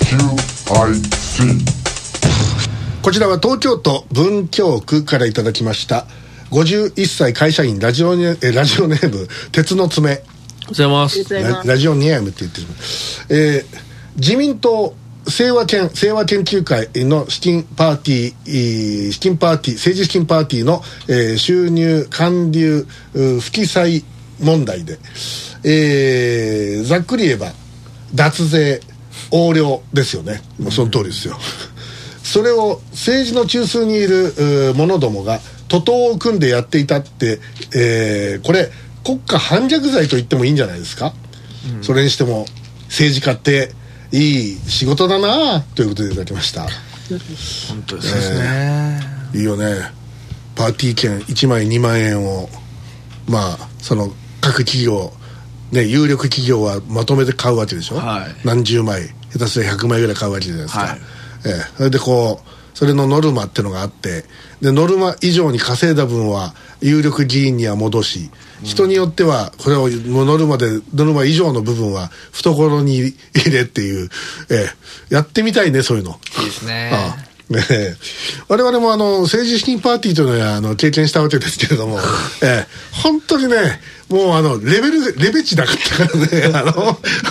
こちらは東京都文京区からいただきました51歳会社員ラジオネーム鉄の爪。 おはようございます。 ラジオネームって言ってる、自民党清和研究会の政治資金パーティーの、収入還流不記載問題で、ざっくり言えば脱税横領ですよね。もうその通りですよ。それを政治の中枢にいる者どもが徒党を組んでやっていたって、これ国家反逆罪と言ってもいいんじゃないですか、それにしても政治家っていい仕事だなということでいただきました。 本当ですね、 いいよね。パーティー券1枚2万円をその各企業ね、有力企業はまとめて買うわけでしょ、何十枚下手すら100枚ぐらい買うわけじゃないですか、それでそれのノルマってのがあって、でノルマ以上に稼いだ分は有力議員には戻し、人によってはこれをノルマ以上の部分は懐に入れっていう、やってみたいね、そういうの。 いいですね。 我々も政治資金パーティーというのは経験したわけですけれども、本当にね、もうレベチだったからね、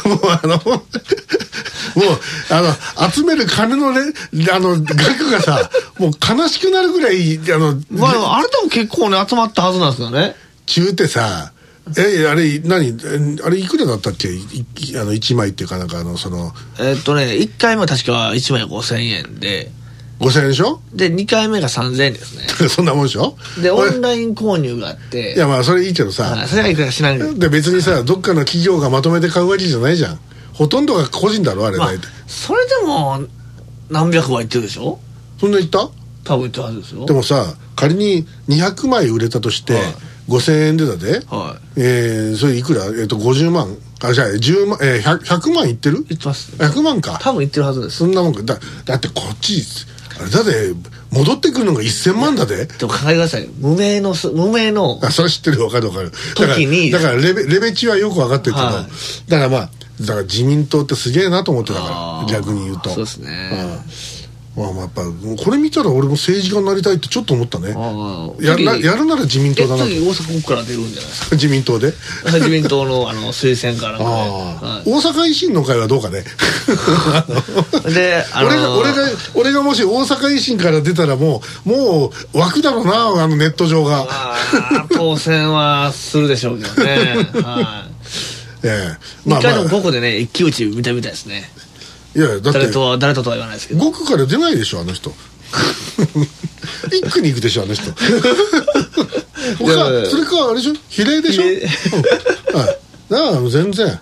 もう集める金の額がさ、もう悲しくなるぐらいあれでも結構ね集まったはずなんですよね。 中ってさ、あれいくらだったっけ、1枚っていうか 1回目は確か1枚5000円で 5000円でしょ。 で2回目が3000円ですね。 そんなもんでしょ。 でオンライン購入があって、 いやそれいいけどさ、 それはいくらしないで別にさ、どっかの企業がまとめて買うわけじゃないじゃん。ほとんどが個人だろ、あれ大体。 それでも何百倍いってるでしょ。 そんな言った？ 多分言ったはずですよ。 でもさ、仮に200枚売れたとして、5000円でだで、それいくら50万じゃあ10万、100万いってる？いってます。100万か。 多分いってるはずです。 そんなもんか。だってこっちあれだで戻ってくるのが1000万だで。 でも考えてください。無名のそれ知ってる、分かる時にだからレベチはよく分かってるけど、だから自民党ってすげえなと思ってたから、逆に言うと。 そうですね。 やっぱこれ見たら俺も政治家になりたいってちょっと思ったね。やるなら自民党だな。 次大阪から出るんじゃないですか。 自民党で自民党の推薦から大阪維新の会はどうかね。 で俺がもし大阪維新から出たらもう湧くだろうな、ネット上が。 当選はするでしょうけどね。一回でもここでね一騎打ち見たみたいですね。 いやだって誰とは言わないですけど、 5区から出ないでしょ、あの人。1区に行くでしょ、あの人。それかあれでしょ、比例でしょ。だから全然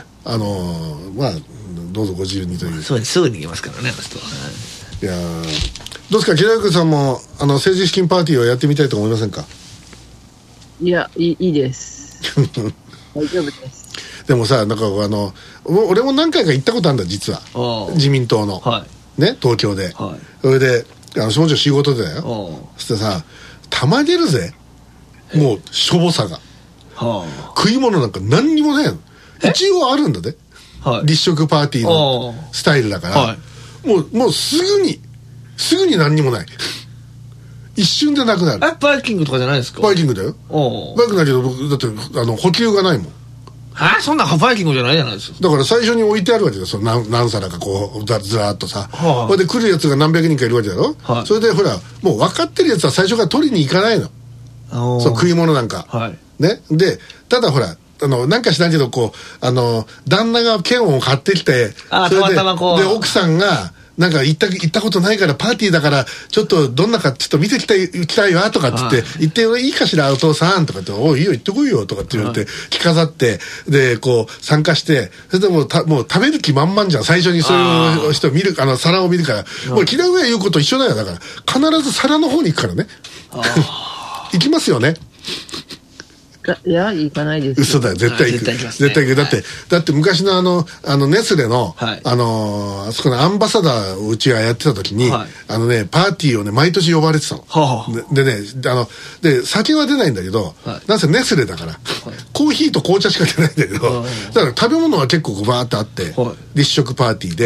どうぞご自由にという。 そうすぐに行きますからね、あの人は。 いやどうですか、木田君さんも政治資金パーティーをやってみたいと思いませんか？ いや、いいです。大丈夫です。 でもさ、俺も何回か行ったことあるんだ、実は。自民党の、ね、東京で。それでその仕事でだよ。そしてさ、たまげるぜ、もうしょぼさが。食い物なんか何にもないの。一応あるんだで、立食パーティーのスタイルだから、もうすぐに何にもない。一瞬でなくなる。 バイキングとかじゃないですか？ バイキングだよ。バイキングだけど、だって補給がないもん。 そんなバイキングじゃないじゃないですか。 だから最初に置いてあるわけだよ、何皿かずらーっとさ。それで来るやつが何百人かいるわけだろ。それでほら、もう分かってるやつは最初から取りに行かないの。食い物なんか。ね。で、ただほら、なんか知らんけど、旦那が剣を買ってきて、それで奥さんが、なんか行ったことないからパーティーだからちょっとどんなかちょっと見てきたいわとかっつって言っていいかしらお父さんとかっておいいよ行ってこいよとかって言われて着飾ってで参加してそれでもう食べる気満々じゃん最初にそういう人見る皿を見るからもう木田上言うこと一緒だよだから必ず皿の方に行くからね行きますよね。 いや行かないです。 嘘だよ、絶対行く。絶対行く。だって昔のネスレのあそこのアンバサダーをうちがやってた時にパーティーをね毎年呼ばれてたの。でねで酒は出ないんだけどなんせネスレだからコーヒーと紅茶しか出ないんだけどだから食べ物は結構バーってあって立食パーティーで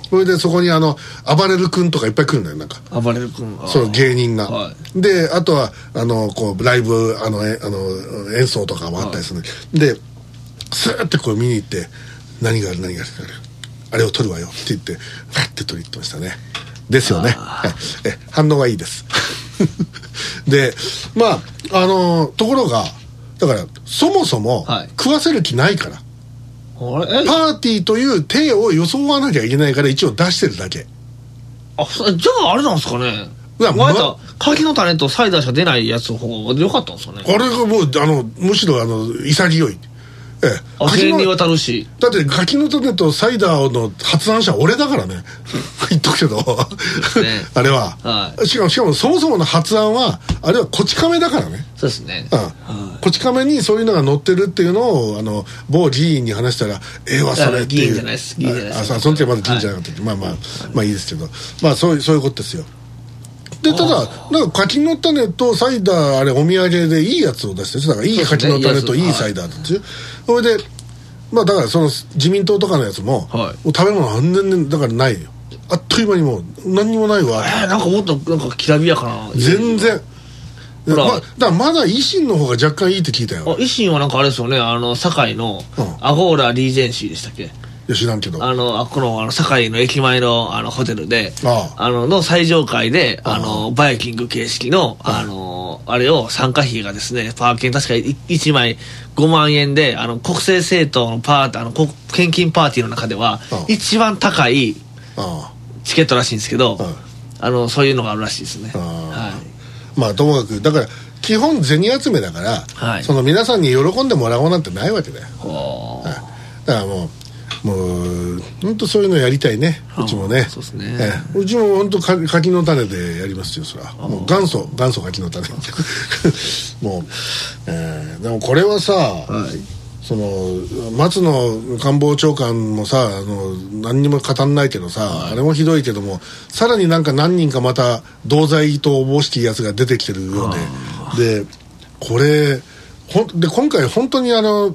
それでそこに暴れる君とかいっぱい来るんだよ、なんか暴れる君、 その芸人が、はい、であとはこうライブ演奏とかもあったりするんで、はい、でスーってこう見に行って、何があるあれを撮るわよって言ってファッて撮りに行ってましたね。ですよね、はい、反応がいいですでまあところがだからそもそも食わせる気ないから、パーティーという体を装わなきゃいけないから一応出してるだけ。 じゃああれなんですかね、柿の種とサイダーしか出ないやつの方が良かったんですかね。 あれがもうむしろ潔い。 全員に渡るし。 だって柿の種とサイダーの発案者は俺だからね言っとくけどあれは、はい、しかもそもそもの発案はあれはこち亀だからね。 そうですね、 こち亀にそういうのが載ってるっていうのを某議員に話したらそれっていう。 議員じゃないです、議員じゃないです。 その時はまだ議員じゃなかったけど、まあいいですけど、まあそういうことですよ。でただなんか柿の種とサイダーあれお土産でいいやつを出してる。だからいい柿の種といいサイダーなんですよ。それでまあだからその自民党とかのやつも、もう食べ物全然だからないよ。あっという間にもう何にもないわ。 なんかもっとなんかきらびやかな。 全然。だからまだ維新の方が若干いいって聞いたよ。 維新はなんかあれですよね、堺のアゴーラリージェンシーでしたっけ。 いや知らんけど、 この堺の駅前のホテルでの最上階でバイキング形式のあれを参加費がですね、パー券確か1枚5万円で国政政党の献金パーティーの中では一番高いチケットらしいんですけど、そういうのがあるらしいですね。 まあともかくだから基本銭集めだから、はい、その皆さんに喜んでもらおうなんてないわけだよ。だからもう本当そういうのやりたいね、うちもね。 そうですね、 うちも本当柿の種でやりますよ、そら。もう元祖柿の種もう、でもこれはさ、はい、その松野官房長官もさ何にも語んないけどさ、はい、あれもひどいけども、さらになんか何人かまた同罪とおぼしきやつが出てきてるようで、これで今回本当に東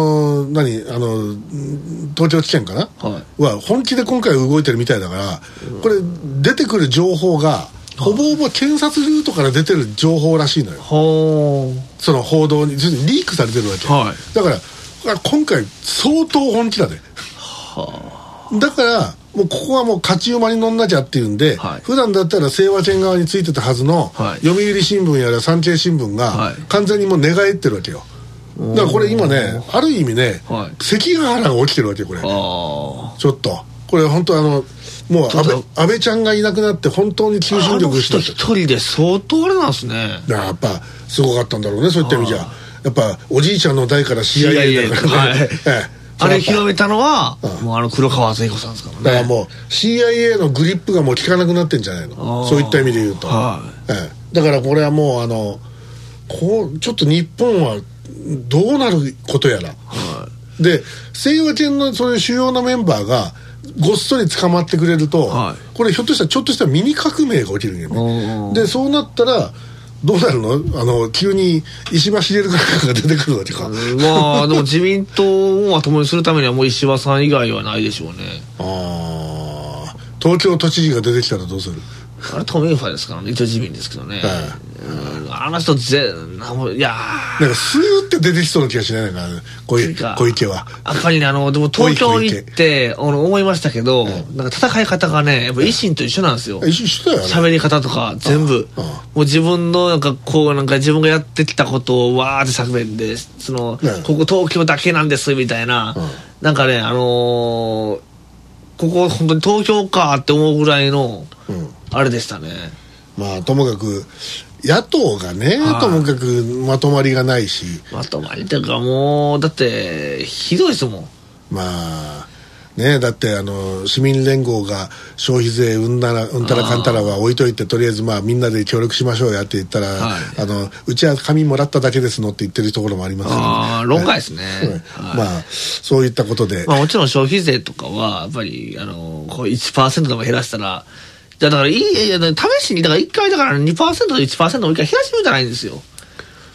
京地検かな、は本気で今回動いてるみたいだから、これ出てくる情報がほぼほぼ検察ルートから出てる情報らしいのよ。その報道にリークされてるわけ、だから今回相当本気だね。だからもうここはもう勝ち馬に乗んなきゃっていうんで、普段だったら清和県側についてたはずの読売新聞やら産経新聞が完全にもう寝返ってるわけよ。だからこれ今ね、ある意味ね、関ヶ原が起きてるわけ、これ。ちょっとこれ本当もう安倍ちゃんがいなくなって本当に求心力したって。 一人で相当あれなんですね。 やっぱすごかったんだろうね、そういった意味じゃ。やっぱおじいちゃんの代から CIA だからね。 あれ広めたのはもう黒川敦彦さんですからね。 だからもう CIA のグリップがもう効かなくなってんじゃないの、そういった意味で言うと。だからこれはもうちょっと日本はどうなることやら。で清和県のそういう主要なメンバーがごっそり捕まってくれると、これひょっとしたらちょっとしたミニ革命が起きるんよね。でそうなったらどうなるの？急に石破茂が出てくるわけか。 まあでも自民党をまともにするためにはもう石破さん以外はないでしょうね。 東京都知事が出てきたらどうする？ あれ都民ファですからね、一応自民ですけどね。あの人いやなんかスーって出てきそうな気がしないのかな、小池は。 やっぱりね、でも東京行って思いましたけど、なんか戦い方がねやっぱ維新と一緒なんですよ。 一緒だよね。 喋り方とか全部もう自分のなんか自分がやってきたことをわーって叫んで、ここ東京だけなんですみたいな、なんかねここ本当に東京かって思うぐらいのあれでしたね。 まあともかく野党がね、ともかくまとまりがないし。 まとまりっていうかもうだってひどいですもん。 まあね、だって市民連合が消費税うんたらかんたらは置いといて、とりあえずまあみんなで協力しましょうやって言ったら、うちは紙もらっただけですのって言ってるところもありますからね。 論外ですね。 まあそういったことで、 もちろん消費税とかはやっぱり1% でも減らしたら、だから試しにだから1回だから 2% と 1% を1回減らしてみたらいいんですよ。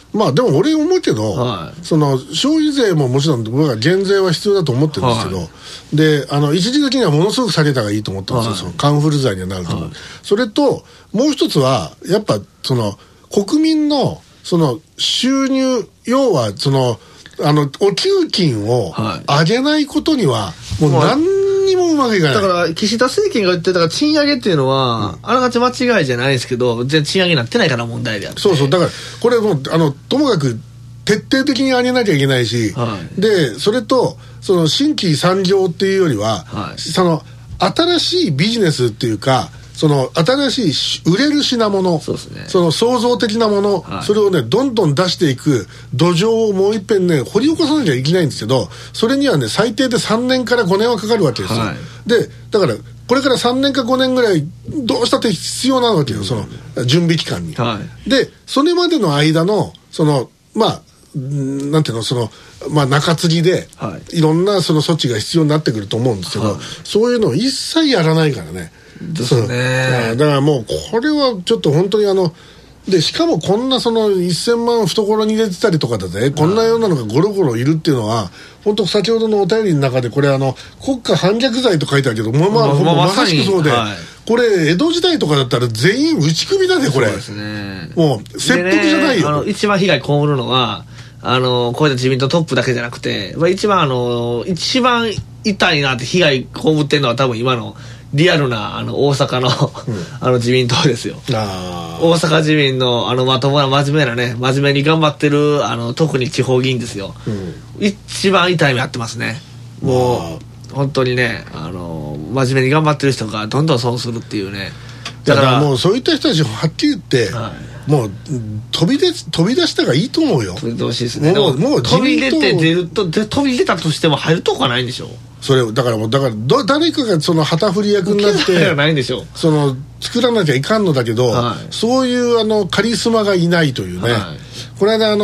まあでも俺思うけど、はい、その消費税ももちろん僕は減税は必要だと思ってるんですけど、はい、で一時的にはものすごく下げた方がいいと思ってるんですよ、はい、そのカンフル剤にはなると思う、はい、それともう一つはやっぱその国民のその収入、要はそのお給金を上げないことにはもう何にもうまくいかない。 だから岸田政権が言ってたから賃上げっていうのは、あらがち間違いじゃないですけど、全然賃上げになってないから問題であって。 そうそう、だからこれもうともかく徹底的に上げなきゃいけないし、はい、でそれとその新規産業っていうよりは、はい、その新しいビジネスっていうか、その新しい売れる品物、そうですね、その創造的なもの、はい、それをねどんどん出していく土壌をもう一遍ね掘り起こさなきゃいけないんですけど、それにはね最低で3年から5年はかかるわけですよ、はい、でだからこれから3年か5年ぐらいどうしたって必要なわけよ、その準備期間に、はい、でそれまでの間のそのまあなんていうの、そのまあ中継ぎで、はい、いろんなその措置が必要になってくると思うんですけど、はい、そういうのを一切やらないからね。 ですね。 だからもうこれはちょっと本当にでしかもこんなその1000万懐に入れてたりとかでね、こんなようなのがゴロゴロいるっていうのは本当先ほどのお便りの中でこれ国家反逆罪と書いてあるけど、まさしくそうで、はい、これ江戸時代とかだったら全員打ち首だねこれ。そうですね。もう切腹じゃないよ。 一番被害被るのはこういった自民党トップだけじゃなくて、一番痛いなって被害被ってるのは多分今のリアルな大阪の、自民党ですよ。大阪自民のまともな真面目に頑張ってる特に地方議員ですよ、一番痛い目あってますね。もう本当にね真面目に頑張ってる人がどんどん損するっていうね。 だからもうそういった人たちはっきり言って、はい、もう飛び出した方がいいと思うよ。 飛び出てほしいですね。もう飛び出て出ると飛び出たとしても入るとこはないんでしょう。 それだから誰かがその旗振り役になってないんでしょう。 その作らなきゃいかんのだけど、はい、そういうカリスマがいないというね、はい、この間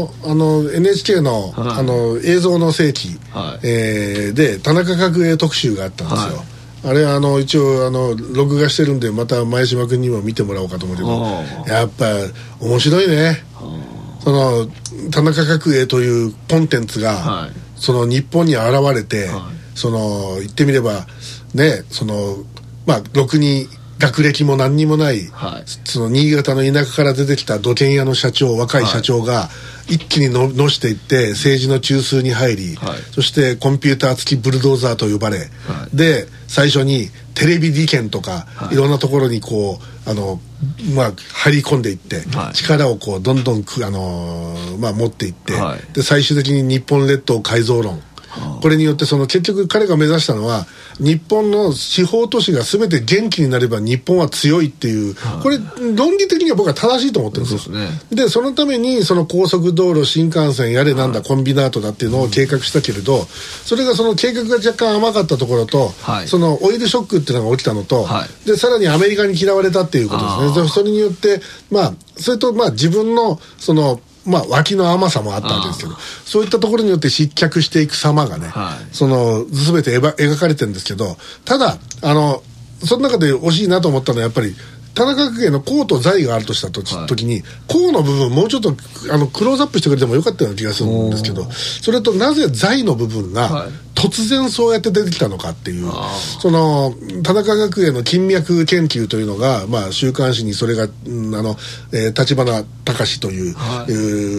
NHK の、はい、映像の世紀、はいで田中角栄特集があったんですよ、はい、あれ一応録画してるんでまた前島君にも見てもらおうかと思うけど、やっぱ面白いね。その田中角栄というコンテンツが、はい、その日本に現れて、はい、その言ってみればね、そのまあろくに学歴も何にもない、はい、その新潟の田舎から出てきた土建屋の社長、若い社長が一気にのしていって政治の中枢に入り、はい、そしてコンピューター付きブルドーザーと呼ばれ、はい、で最初にテレビ利権とか、はい、いろんなところにこうまあ張り込んでいって、はい、力をこうどんどんまあ持っていって、はい、で最終的に日本列島改造論、これによってその結局彼が目指したのは日本の地方都市が全て元気になれば日本は強いっていう、これ論理的には僕は正しいと思ってるんですよ。でそのためにその高速道路、新幹線やれなんだコンビナートだっていうのを計画したけれど、それがその計画が若干甘かったところと、そのオイルショックっていうのが起きたのと、でさらにアメリカに嫌われたっていうことですね。それによってまあそれとまあ自分のそのまあ脇の甘さもあったわけですけど、そういったところによって失脚していく様がね、その全て描かれてるんですけど、ただその中で惜しいなと思ったのはやっぱり田中角栄の功と財があるとした時に、功の部分もうちょっとクローズアップしてくれてもよかったような気がするんですけど、それとなぜ財の部分が突然そうやって出てきたのかっていう、その田中角栄の金脈研究というのが、まあ、週刊誌にそれが立花隆という、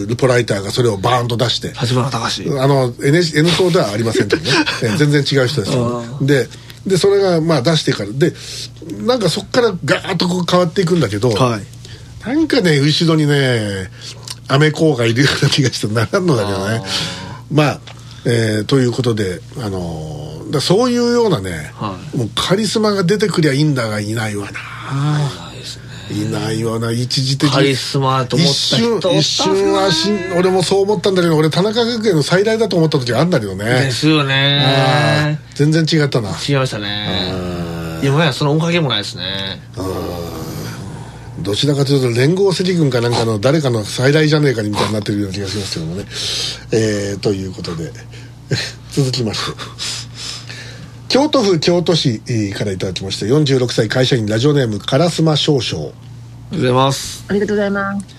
ルポライターがそれをバーンと出して、 立花隆 N 党ではありませんけどね全然違う人ですよでそれがまあ出してからでなんかそこからガーッとこう変わっていくんだけど、はい、なんかね後ろにねアメコーがいるような気がしてならんのだけどね。まあということでそういうようなね、はい、もうカリスマが出てくりゃいいんだがいないわな。いないよな。一時的にカリスマと思った人一瞬は俺もそう思ったんだけど、俺田中角栄の再来だと思った時あるんだけどね。 ですよね。 全然違ったな。 違いましたね。今やそのおかげもないですね。 どちらかというと連合赤軍かなんかの誰かの再来じゃねえかみたいになってるような気がしますけどもね。ということで続きまして京都府京都市からいただきまして、46歳会社員ラジオネーム烏丸少々。 ありがとうございます。 ありがとうございます。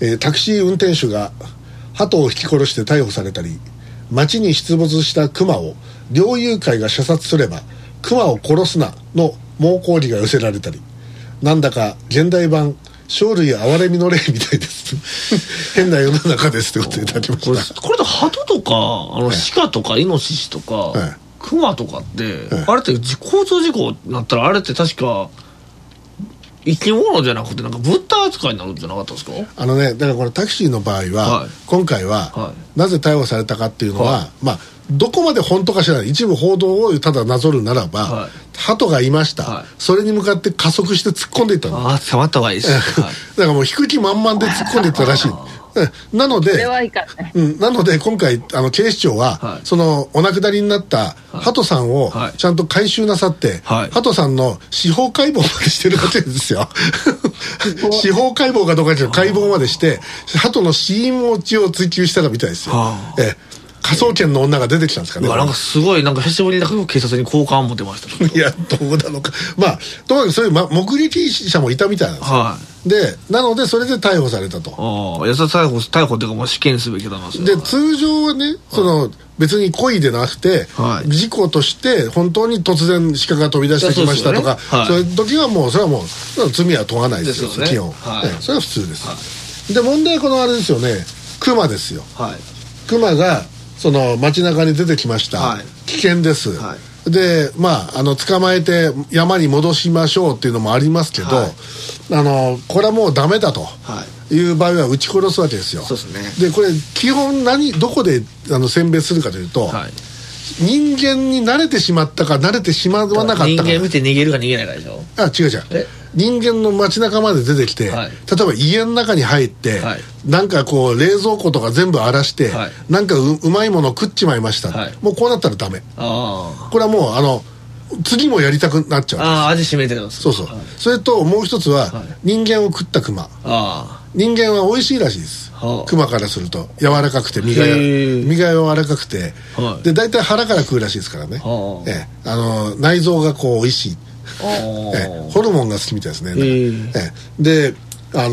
タクシー運転手が鳩を引き殺して逮捕されたり、町に出没した熊を猟友会が射殺すれば熊を殺すなの猛抗議が寄せられたり、なんだか現代版生類憐れみの例みたいです変な世の中ですってことでいただきました。 これと鳩とか鹿とかイノシシとか、熊とかって、あれって交通事故になったら、あれって確か生き物じゃなくてなんか物体扱いになるんじゃなかったですか？ だからこのタクシーの場合は、今回は、なぜ逮捕されたかっていうのは、どこまで本当か知らない、一部報道をただなぞるならば、鳩がいました、それに向かって加速して突っ込んでいったの。 捕まった方がいいです、 だからもう引く気満々で突っ込んでいったらしいなので、なので今回警視庁は、そのお亡くなりになった鳩さんをちゃんと回収なさって、鳩さんの司法解剖までしてるわけですよ司法解剖かどうかじゃ解剖までして鳩の死因持ちを追求したらみたいですよ。科捜研の女が出てきたんですかね。 なんかすごい、なんか久しぶりに警察に好感を持てましたいや、どうなのか。とにかくそういう目撃者もいたみたいなんですよ。で、なのでそれで逮捕されたと。 逮捕っていうか、もう死刑にすべきだな。 で、通常はね、別に故意でなくて、事故として本当に突然鹿が飛び出してきましたとか、そういう時はもうそれはもう罪は問わないですよ、基本。それは普通です。で、問題はこのあれですよね、熊ですよ。熊が街中に出てきました、危険です、で捕まえて山に戻しましょうっていうのもありますけど、これはもうダメだという場合は撃ち殺すわけですよ。でこれ基本どこで選別するかというと、人間に慣れてしまったか慣れてしまわなかったか。 人間見て逃げるか逃げないかでしょ。 違う人間の街中まで出てきて、例えば家の中に入って、なんかこう冷蔵庫とか全部荒らして、なんか うまいもの食っちまいました、もうこうなったらダメ。これはもう次もやりたくなっちゃう。 味しめてるんです。 それともう一つは、人間を食った熊。人間は美味しいらしいです、熊からすると。柔らかくて身が柔らかくて、で大体腹から食うらしいですからね。内臓がこう美味しい。ホルモンが好きみたいですね。であ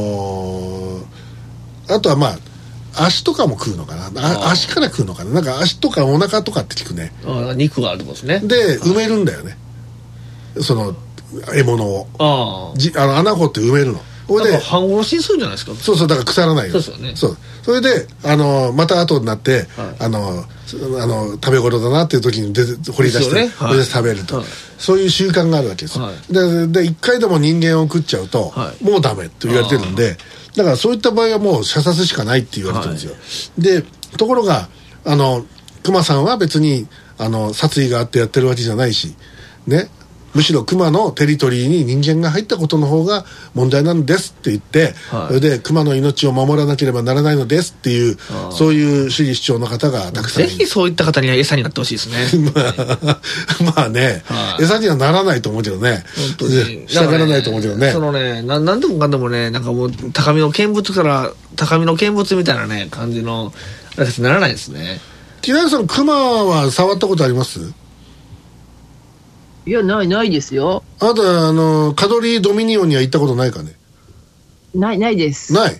とは足とかも食うのかな。足から食うのかな。なんか足とかお腹とかって聞くね。 肉があるってことですね。 で埋めるんだよね、その獲物を。穴掘って埋めるの。 半殺しにするんじゃないですか。 だから腐らないよ。それでまた後になって、食べ頃だなっていう時に掘り出して、それで食べると、そういう習慣があるわけです。で一回でも人間を食っちゃうと、もうダメと言われてるんで、だからそういった場合はもう射殺しかないって言われてるんですよ。でところが熊さんは別に殺意があってやってるわけじゃないしね。むしろ熊のテリトリーに人間が入ったことの方が問題なんですって言って、それで熊の命を守らなければならないのですっていう、そういう主義主張の方がたくさんいる。 ぜひそういった方には餌になってほしいですねね、餌にはならないと思うけどね。本当に従らないと思うけどね。 何でもかんでもね、なんかもう高みの見物みたいなね感じのならないですね。 木南さん、熊は触ったことあります？ いや、ないですよ。 あなたカドリードミニオンには行ったことないかね？ ないです。 ない。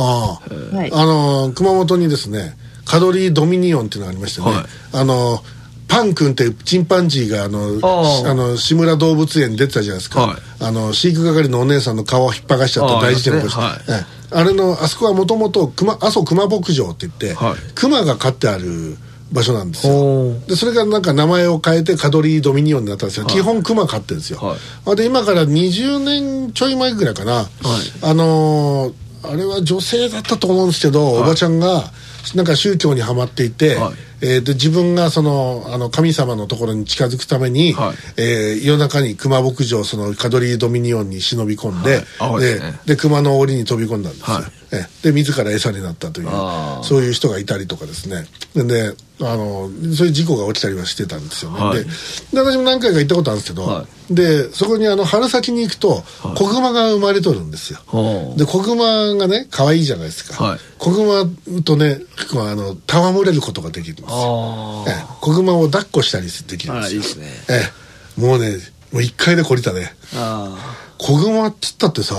熊本にですね、カドリードミニオンっていうのがありましてね、パン君っていうチンパンジーが志村動物園に出てたじゃないですか。飼育係のお姉さんの顔を引っ張がしちゃった大事件を起こして、あそこはもともと阿蘇熊牧場って言って、熊が飼ってある場所なんですよ。でそれがなんか名前を変えてカドリードミニオンになったんですよ。基本クマ飼ってるんですよ。で今から20年ちょい前ぐらいかな、あれは女性だったと思うんですけど、おばちゃんがなんか宗教にはまっていて、で自分が神様のところに近づくために、夜中に熊牧場カドリードミニオンに忍び込んで、で熊の檻に飛び込んだんですよ。で自ら餌になったという、そういう人がいたりとかですね。でそういう事故が起きたりはしてたんですよね。で私も何回か行ったことあるんですけど、でそこに春先に行くと子熊が生まれとるんですよ。で子熊がね可愛いじゃないですか。子熊とね戯れることができるんですよ。子熊を抱っこしたりできるんですよ。いいですね。もうね、もう1回で懲りたね。子熊っつったってさ、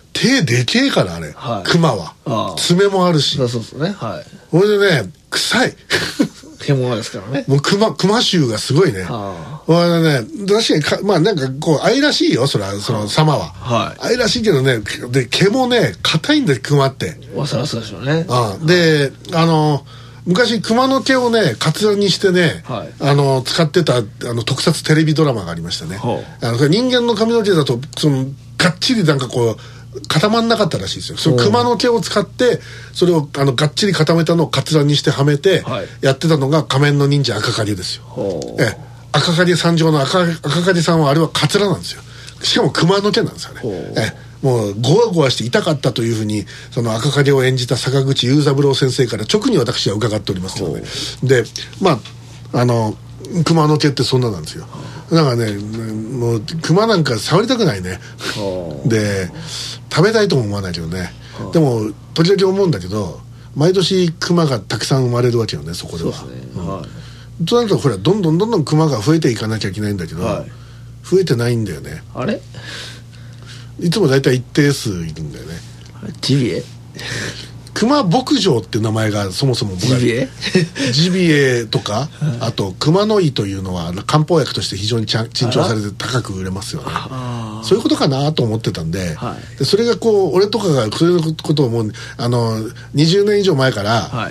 手でけえからあれ、熊は爪もあるし、 そうですね。はい。 これでね臭い獣ですからね。 もう熊臭がすごいね。これね確かにまあなんかこう愛らしいよその様は、愛らしいけどね、で毛もね硬いんだよ熊って。 そうでしょうね。 で昔熊の毛をねカツラにしてね、使ってた特撮テレビドラマがありましたね。人間の髪の毛だとがっちりなんかこう固まんなかったらしいですよ。その熊の毛を使ってそれをがっちり固めたのをカツラにしてはめてやってたのが仮面の忍者赤影ですよ。赤影参上の赤影さんはあれはカツラなんですよ。しかも熊の毛なんですよね。もうゴワゴワして痛かったというふうにその赤影を演じた坂口雄三郎先生から直に私は伺っておりますので、でまあ熊の毛ってそんななんですよ。だからねもう熊なんか触りたくないね。で食べたいとも思わないけどね。でも時々思うんだけど毎年熊がたくさん生まれるわけよね、そこでは。となるとほらどんどん熊が増えていかなきゃいけないんだけど、増えてないんだよね。 あれいつもだいたい一定数いるんだよね。 ジビエ熊牧場っていう名前がそもそも僕はジビエとかあと熊の胃というのは漢方薬として非常に珍重されて高く売れますよね。そういうことかなと思ってたんで、でそれがこう俺とかがそういうことをもう20年以上前から、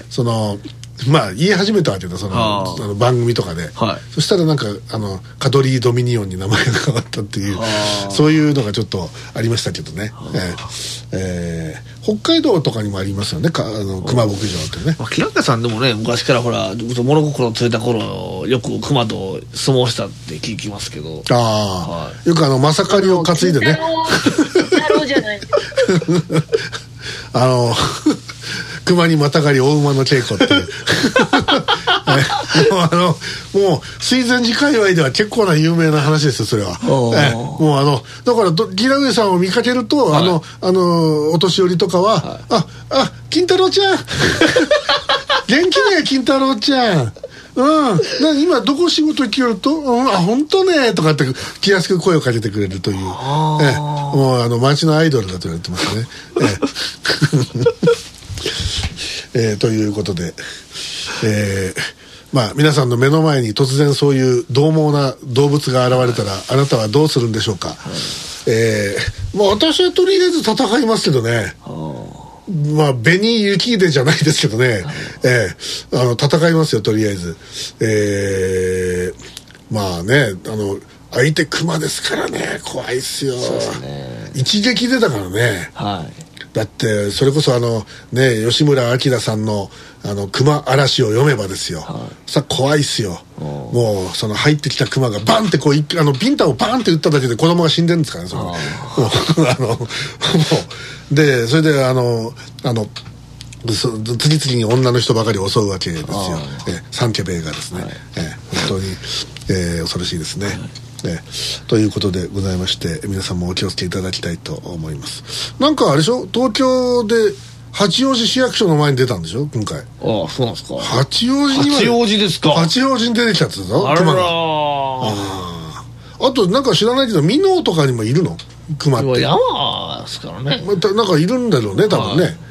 そのまあ言い始めたわけだ、その番組とかで、そしたらなんかカドリー・ドミニオンに名前が変わったっていうそういうのがちょっとありましたけどね。北海道とかにもありますよね、熊牧場ってね。 木中さんでもね昔からほら物心ついた頃よく熊と相撲したって聞きますけど。よくマサカリを担いでね。 金太郎じゃない熊にまたがり大馬の稽古っていうもう水前寺界隈では結構な有名な話ですよそれは。もうだから木上さんを見かけると、お年寄りとかは金太郎ちゃん元気ね金太郎ちゃん今どこ仕事行きよると本当ねとかって気安く声をかけてくれるという、もう街のアイドルだと言われてますね。ということで、まあ皆さんの目の前に突然そういう獰猛な動物が現れたらあなたはどうするんでしょうか。まあ私はとりあえず戦いますけどね。まあ紅雪でじゃないですけどね、戦いますよとりあえず。まあね相手熊ですからね怖いっすよ。一撃でだからね。だってそれこそ吉村明さんの熊嵐を読めばですよ、さ怖いっすよ。もうその入ってきた熊がバンってこうビンタをバンって打っただけで子供が死んでるんですからね。もうでそれで次々に女の人ばかり襲うわけですよ。サンケベイがですね、本当に、恐ろしいですね。ということでございまして皆さんもお気をつけいただきたいと思います。なんかあれでしょ、東京で八王子市役所の前に出たんでしょ今回。 そうなんですか。 八王子に八王子ですか。 八王子に出てきたってぞ熊が。あとなんか知らないけど箕面とかにもいるの熊って。 山ですからね。 なんかいるんだろうね多分ね。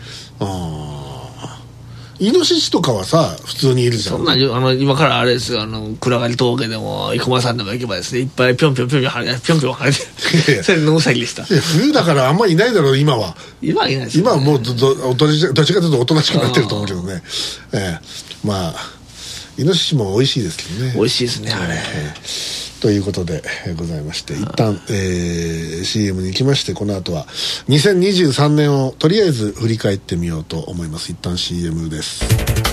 イノシシとかはさ普通にいるじゃん。 そんな今からあれですよ暗がり峠でも生駒さんとか行けばですねいっぱいぴょんぴょんぴょんぴょん跳ねてそれ野ウサギでした。 冬だからあんまりいないだろう今は。 今はいないです、ね、 今はもうどっちかというとおとなしくなってると思うけどね。まあイノシシも美味しいですけどね。 美味しいですねあれ。 ということでございまして一旦、CM に行きまして、この後は2023年をとりあえず振り返ってみようと思います。一旦 CM です。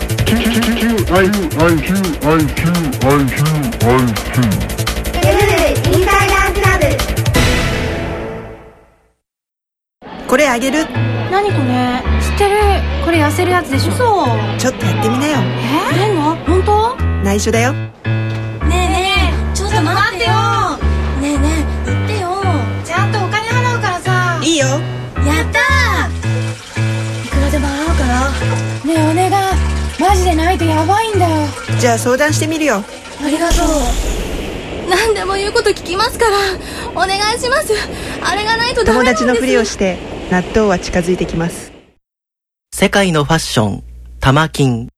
これあげる。 何これ知ってる。これ痩せるやつでしょ。そうちょっとやってみなよ。 やんの本当。 内緒だよ。 ちょっと待ってよ。ねえ言ってよ。ちゃんとお金払うからさ。 いいよ。 やったー。いくらでも払うから。ねえお願い、マジでないとやばいんだよ。 じゃあ相談してみるよ。 ありがとう。何でも言うこと聞きますからお願いします。あれがないとダメなんです。 友達のふりをして納豆は近づいてきます。 世界のファッション、玉金。